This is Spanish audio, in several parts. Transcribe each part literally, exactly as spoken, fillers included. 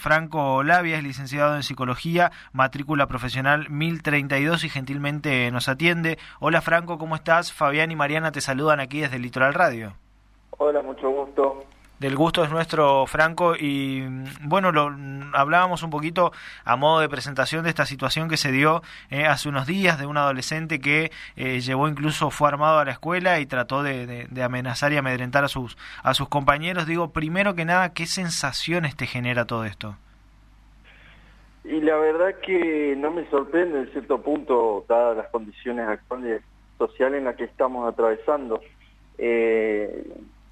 Franco Labia, es licenciado en Psicología, matrícula profesional mil treinta y dos y gentilmente nos atiende. Hola Franco, ¿cómo estás? Fabián y Mariana te saludan aquí desde el Litoral Radio. Hola, mucho gusto. Del gusto es nuestro, Franco, y bueno, lo hablábamos un poquito a modo de presentación de esta situación que se dio eh, hace unos días de un adolescente que eh, llevó incluso, fue armado a la escuela y trató de, de, de amenazar y amedrentar a sus, a sus compañeros. Digo, primero que nada, ¿qué sensaciones te genera todo esto? Y la verdad que no me sorprende en cierto punto, dadas las condiciones actuales sociales en las que estamos atravesando. Eh,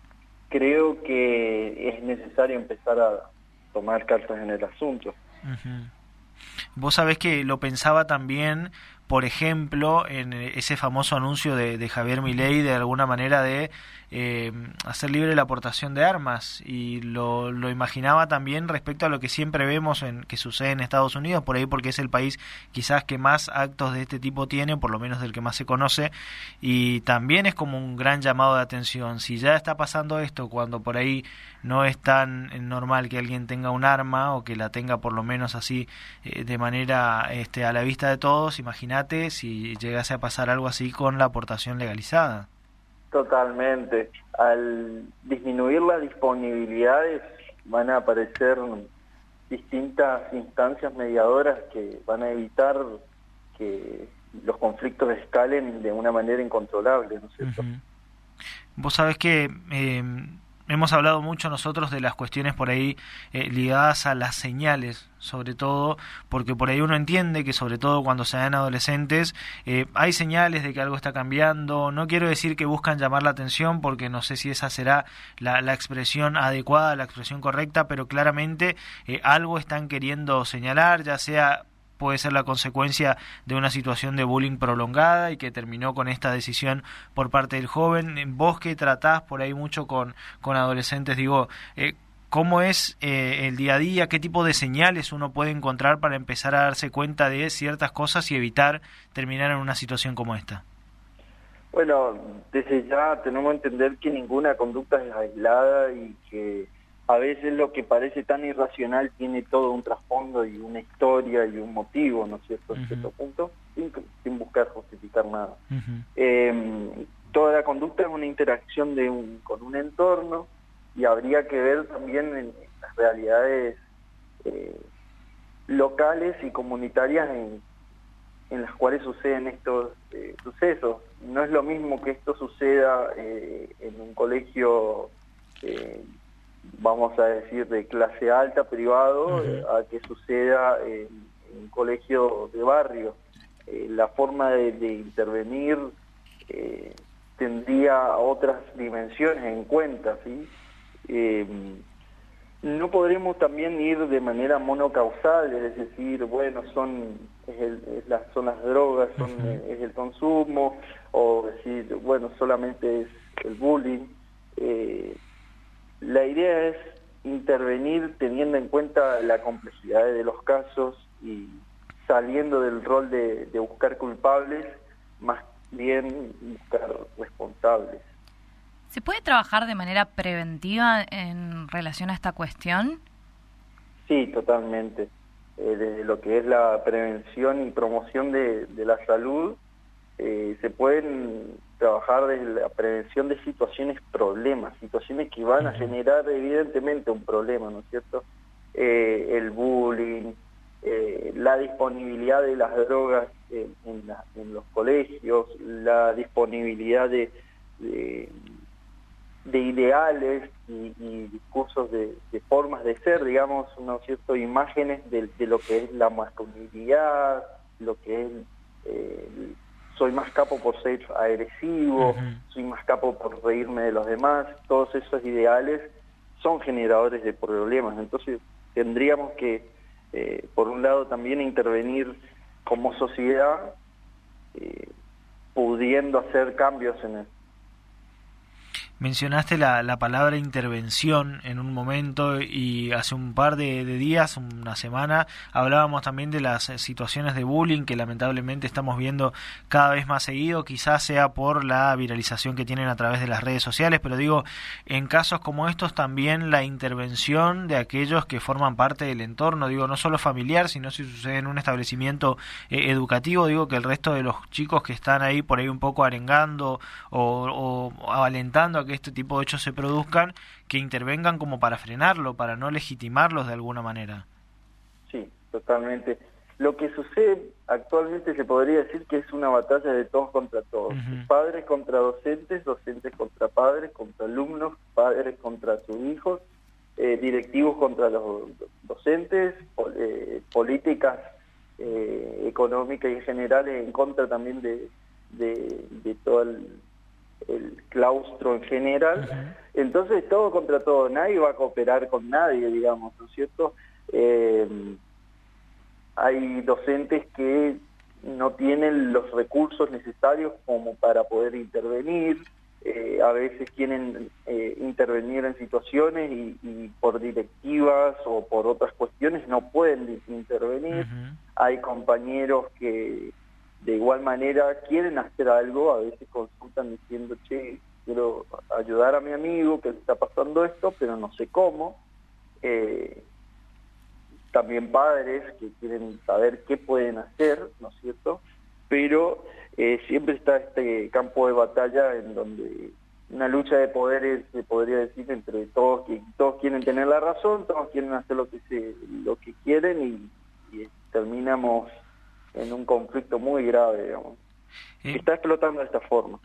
creo que es necesario empezar a tomar cartas en el asunto. Uh-huh. Vos sabés que lo pensaba también, por ejemplo, en ese famoso anuncio de, de Javier Milei, de alguna manera de eh, hacer libre la aportación de armas, y lo, lo imaginaba también respecto a lo que siempre vemos en que sucede en Estados Unidos, por ahí porque es el país quizás que más actos de este tipo tiene, por lo menos del que más se conoce, y también es como un gran llamado de atención. Si ya está pasando esto cuando por ahí no es tan normal que alguien tenga un arma, o que la tenga por lo menos así eh, de manera este, a la vista de todos, imagínate si llegase a pasar algo así con la aportación legalizada. Totalmente. Al disminuir las disponibilidades van a aparecer distintas instancias mediadoras que van a evitar que los conflictos escalen de una manera incontrolable, ¿no es cierto? Uh-huh. Vos sabés que eh, hemos hablado mucho nosotros de las cuestiones por ahí eh, ligadas a las señales, sobre todo, porque por ahí uno entiende que sobre todo cuando se dan adolescentes eh, hay señales de que algo está cambiando. No quiero decir que buscan llamar la atención, porque no sé si esa será la, la expresión adecuada, la expresión correcta, pero claramente eh, algo están queriendo señalar, ya sea puede ser la consecuencia de una situación de bullying prolongada y que terminó con esta decisión por parte del joven. Vos que tratás por ahí mucho con, con adolescentes, digo, eh, ¿cómo es eh, el día a día? ¿Qué tipo de señales uno puede encontrar para empezar a darse cuenta de ciertas cosas y evitar terminar en una situación como esta? Bueno, desde ya tenemos que entender que ninguna conducta es aislada y que a veces lo que parece tan irracional tiene todo un trasfondo y una historia y un motivo, ¿no es cierto?, en uh-huh. cierto punto, sin, sin buscar justificar nada. Uh-huh. Eh, toda la conducta es una interacción de un, con un entorno, y habría que ver también en, en las realidades eh, locales y comunitarias en, en las cuales suceden estos eh, sucesos. No es lo mismo que esto suceda eh, en un colegio eh, vamos a decir, de clase alta, privado, uh-huh. a que suceda en, en un colegio de barrio. Eh, la forma de, de intervenir eh, tendría otras dimensiones en cuenta, ¿sí? Eh, no podremos también ir de manera monocausal, es decir, bueno, son, es el, es la, son las drogas, son, uh-huh. es el consumo, o decir, bueno, solamente es el bullying. Eh, La idea es intervenir teniendo en cuenta la complejidad de los casos y saliendo del rol de, de buscar culpables, más bien buscar responsables. ¿Se puede trabajar de manera preventiva en relación a esta cuestión? Sí, totalmente. Eh, desde lo que es la prevención y promoción de, de la salud, eh, se pueden trabajar desde la prevención de situaciones problemas, situaciones que van a generar evidentemente un problema, ¿no es cierto? Eh, el bullying, eh, la disponibilidad de las drogas en, en, la, en los colegios, la disponibilidad de, de, de ideales y, y discursos de, de formas de ser, digamos, ¿no es cierto? Imágenes de, de lo que es la masculinidad, lo que es eh, soy más capo por ser agresivo, uh-huh. soy más capo por reírme de los demás. Todos esos ideales son generadores de problemas. Entonces tendríamos que, eh, por un lado, también intervenir como sociedad, eh, pudiendo hacer cambios en el mencionaste la, la palabra intervención en un momento y hace un par de, de días, una semana, hablábamos también de las situaciones de bullying que lamentablemente estamos viendo cada vez más seguido, quizás sea por la viralización que tienen a través de las redes sociales, pero digo, en casos como estos también la intervención de aquellos que forman parte del entorno, digo, no solo familiar, sino si sucede en un establecimiento eh, educativo, digo que el resto de los chicos que están ahí por ahí un poco arengando o, o alentando a que este tipo de hechos se produzcan, que intervengan como para frenarlo, para no legitimarlos de alguna manera. Sí, totalmente. Lo que sucede actualmente se podría decir que es una batalla de todos contra todos. Uh-huh. Padres contra docentes, docentes contra padres, contra alumnos, padres contra sus hijos, eh, directivos contra los docentes, eh, políticas eh, económicas y en general en contra también de, de, de todo el, el claustro en general. Uh-huh. Entonces todo contra todo, nadie va a cooperar con nadie, digamos, ¿no es cierto? Eh, hay docentes que no tienen los recursos necesarios como para poder intervenir, eh, a veces quieren eh, intervenir en situaciones y, y por directivas o por otras cuestiones no pueden intervenir. Uh-huh. Hay compañeros que de igual manera quieren hacer algo, a veces consultan diciendo, che, quiero ayudar a mi amigo que le está pasando esto, pero no sé cómo. Eh, también padres que quieren saber qué pueden hacer, ¿no es cierto? Pero eh, siempre está este campo de batalla en donde una lucha de poderes, se podría decir, entre todos, que todos quieren tener la razón, todos quieren hacer lo que se, lo que quieren y, y terminamos en un conflicto muy grave, digamos. Eh, está explotando de esta forma.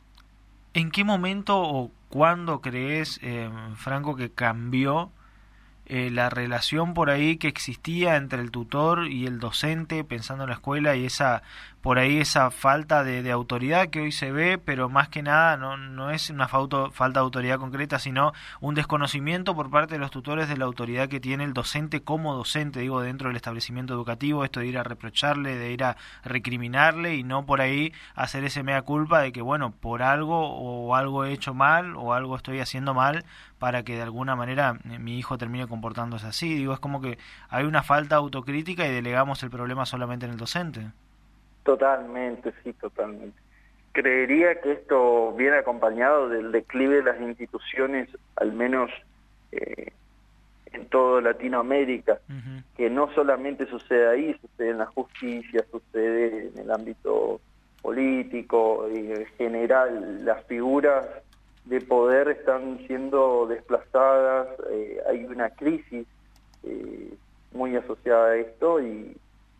¿En qué momento o cuándo crees, eh, Franco, que cambió Eh, la relación por ahí que existía entre el tutor y el docente pensando en la escuela y esa por ahí esa falta de, de autoridad que hoy se ve, pero más que nada no, no es una falta, falta de autoridad concreta, sino un desconocimiento por parte de los tutores de la autoridad que tiene el docente como docente, digo, dentro del establecimiento educativo, esto de ir a reprocharle, de ir a recriminarle y no por ahí hacer ese mea culpa de que, bueno, por algo o algo he hecho mal o algo estoy haciendo mal para que de alguna manera eh, mi hijo termine comportándose así. Digo, es como que hay una falta de autocrítica y delegamos el problema solamente en el docente. Totalmente, sí, totalmente. Creería que esto viene acompañado del declive de las instituciones, al menos eh, en toda Latinoamérica, uh-huh. que no solamente sucede ahí, sucede en la justicia, sucede en el ámbito político y en general. Las figuras de poder están siendo desplazadas, eh, hay una crisis eh, muy asociada a esto y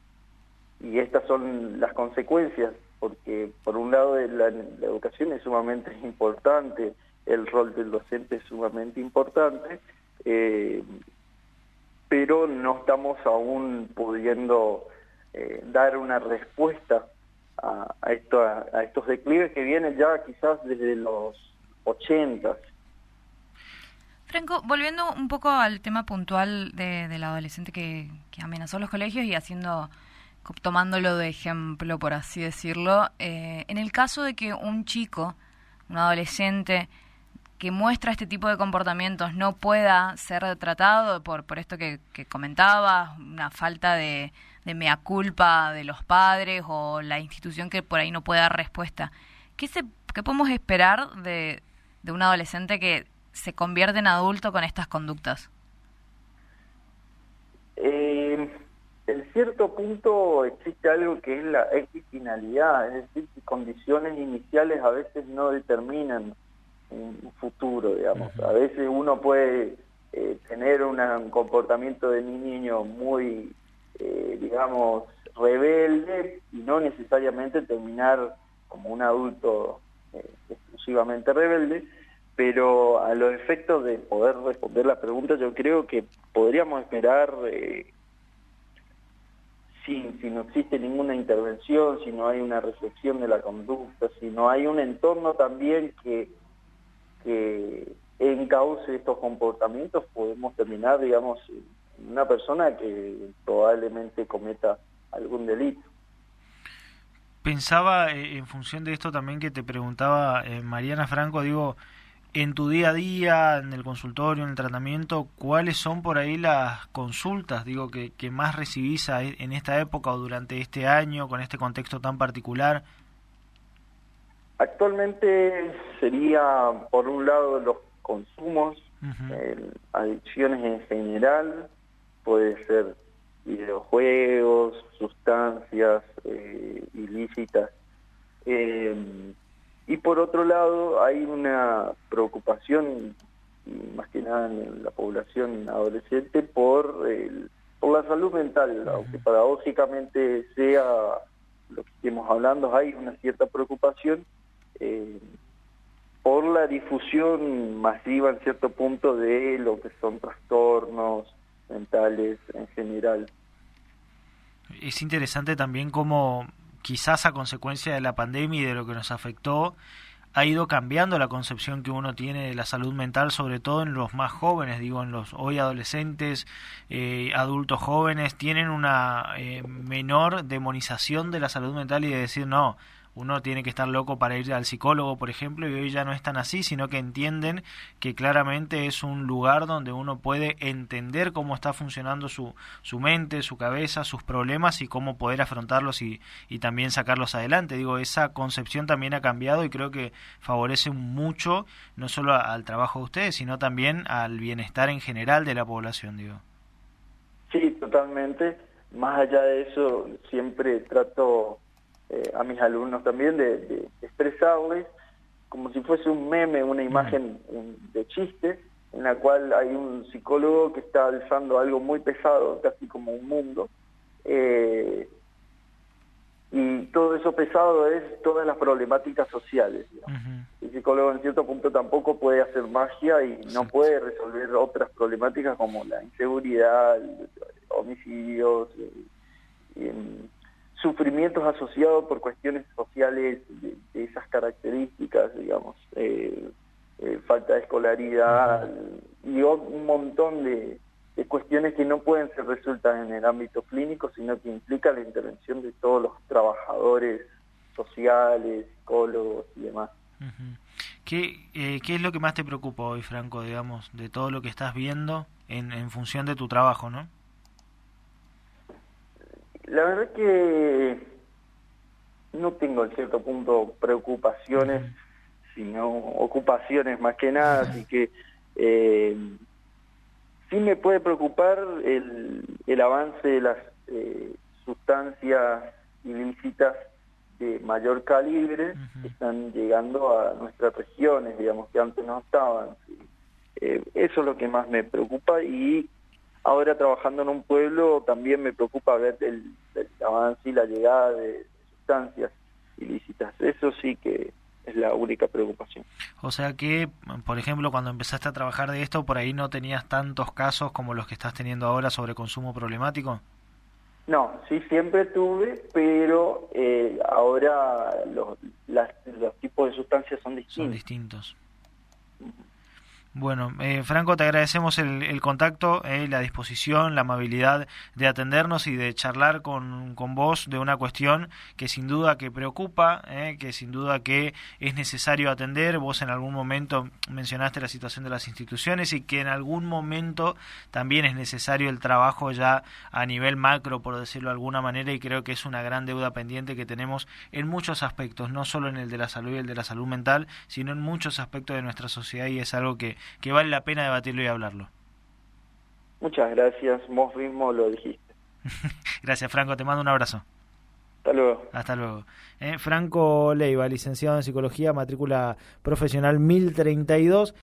Y estas son las consecuencias, porque por un lado la, la educación es sumamente importante, el rol del docente es sumamente importante, eh, pero no estamos aún pudiendo eh, dar una respuesta a, a, esto, a, a estos declives que vienen ya quizás desde los ochentas. Franco, volviendo un poco al tema puntual de, del adolescente que, que amenazó los colegios y haciendo... tomándolo de ejemplo, por así decirlo, eh, en el caso de que un chico, un adolescente que muestra este tipo de comportamientos no pueda ser tratado por por esto que, que comentabas, una falta de, de mea culpa de los padres o la institución que por ahí no puede dar respuesta, ¿qué, se, qué podemos esperar de, de un adolescente que se convierte en adulto con estas conductas? Eh... En cierto punto existe algo que es la equifinalidad, es decir, que condiciones iniciales a veces no determinan un futuro, digamos. A veces uno puede eh, tener una, un comportamiento de mi niño muy, eh, digamos, rebelde y no necesariamente terminar como un adulto eh, exclusivamente rebelde, pero a los efectos de poder responder la pregunta yo creo que podríamos esperar... Eh, Si, si no existe ninguna intervención, si no hay una reflexión de la conducta, si no hay un entorno también que, que encauce estos comportamientos, podemos terminar, digamos, en una persona que probablemente cometa algún delito. Pensaba, eh, en función de esto también que te preguntaba eh, Mariana Franco, digo, en tu día a día, en el consultorio, en el tratamiento, ¿cuáles son por ahí las consultas, digo, que, que más recibís en esta época o durante este año, con este contexto tan particular? Actualmente sería, por un lado, los consumos, Uh-huh. eh, adicciones en general, puede ser videojuegos, sustancias eh, ilícitas. Eh, y por otro lado, hay una preocupación, más que nada en la población adolescente, por, el, por la salud mental, uh-huh. aunque paradójicamente sea lo que estemos hablando, hay una cierta preocupación eh, por la difusión masiva en cierto punto de lo que son trastornos mentales en general. Es interesante también cómo quizás a consecuencia de la pandemia y de lo que nos afectó, ha ido cambiando la concepción que uno tiene de la salud mental, sobre todo en los más jóvenes, digo, en los hoy adolescentes, eh, adultos jóvenes, tienen una eh, menor demonización de la salud mental y de decir, no, uno tiene que estar loco para ir al psicólogo, por ejemplo, y hoy ya no es tan así, sino que entienden que claramente es un lugar donde uno puede entender cómo está funcionando su, su mente, su cabeza, sus problemas y cómo poder afrontarlos y, y también sacarlos adelante. Digo, esa concepción también ha cambiado y creo que favorece mucho, no solo al trabajo de ustedes, sino también al bienestar en general de la población, digo. Sí, totalmente. Más allá de eso, siempre trato... Eh, a mis alumnos también de, de expresarles como si fuese un meme, una imagen mm. de chiste, en la cual hay un psicólogo que está alzando algo muy pesado, casi como un mundo, eh, y todo eso pesado es todas las problemáticas sociales. Uh-huh. El psicólogo en cierto punto tampoco puede hacer magia y no sí. puede resolver otras problemáticas como la inseguridad, homicidios, y, y, sufrimientos asociados por cuestiones sociales de, de esas características, digamos, eh, eh, falta de escolaridad uh-huh. y un montón de, de cuestiones que no pueden ser resueltas en el ámbito clínico, sino que implica la intervención de todos los trabajadores sociales, psicólogos y demás. Uh-huh. ¿Qué, eh, ¿Qué es lo que más te preocupa hoy, Franco, digamos, de todo lo que estás viendo en, en función de tu trabajo, no? La verdad que no tengo en cierto punto preocupaciones, uh-huh. sino ocupaciones más que nada, uh-huh. así que eh, sí me puede preocupar el, el avance de las eh, sustancias ilícitas de mayor calibre uh-huh. que están llegando a nuestras regiones, digamos, que antes no estaban. ¿Sí? Eh, eso es lo que más me preocupa y ahora trabajando en un pueblo también me preocupa ver el, el avance y la llegada de sustancias ilícitas. Eso sí que es la única preocupación. O sea que, por ejemplo, cuando empezaste a trabajar de esto, por ahí no tenías tantos casos como los que estás teniendo ahora sobre consumo problemático. No, sí siempre tuve, pero eh, ahora los, las, los tipos de sustancias son distintos. Son distintos. Bueno, eh, Franco, te agradecemos el, el contacto, eh, la disposición, la amabilidad de atendernos y de charlar con, con vos de una cuestión que sin duda que preocupa, eh, que sin duda que es necesario atender. Vos en algún momento mencionaste la situación de las instituciones y que en algún momento también es necesario el trabajo ya a nivel macro, por decirlo de alguna manera, y creo que es una gran deuda pendiente que tenemos en muchos aspectos, no solo en el de la salud y el de la salud mental, sino en muchos aspectos de nuestra sociedad y es algo que que vale la pena debatirlo y hablarlo. Muchas gracias, vos mismo lo dijiste. Gracias, Franco, te mando un abrazo. Hasta luego. Hasta luego. Eh, Franco Leiva, licenciado en Psicología, matrícula profesional mil treinta y dos.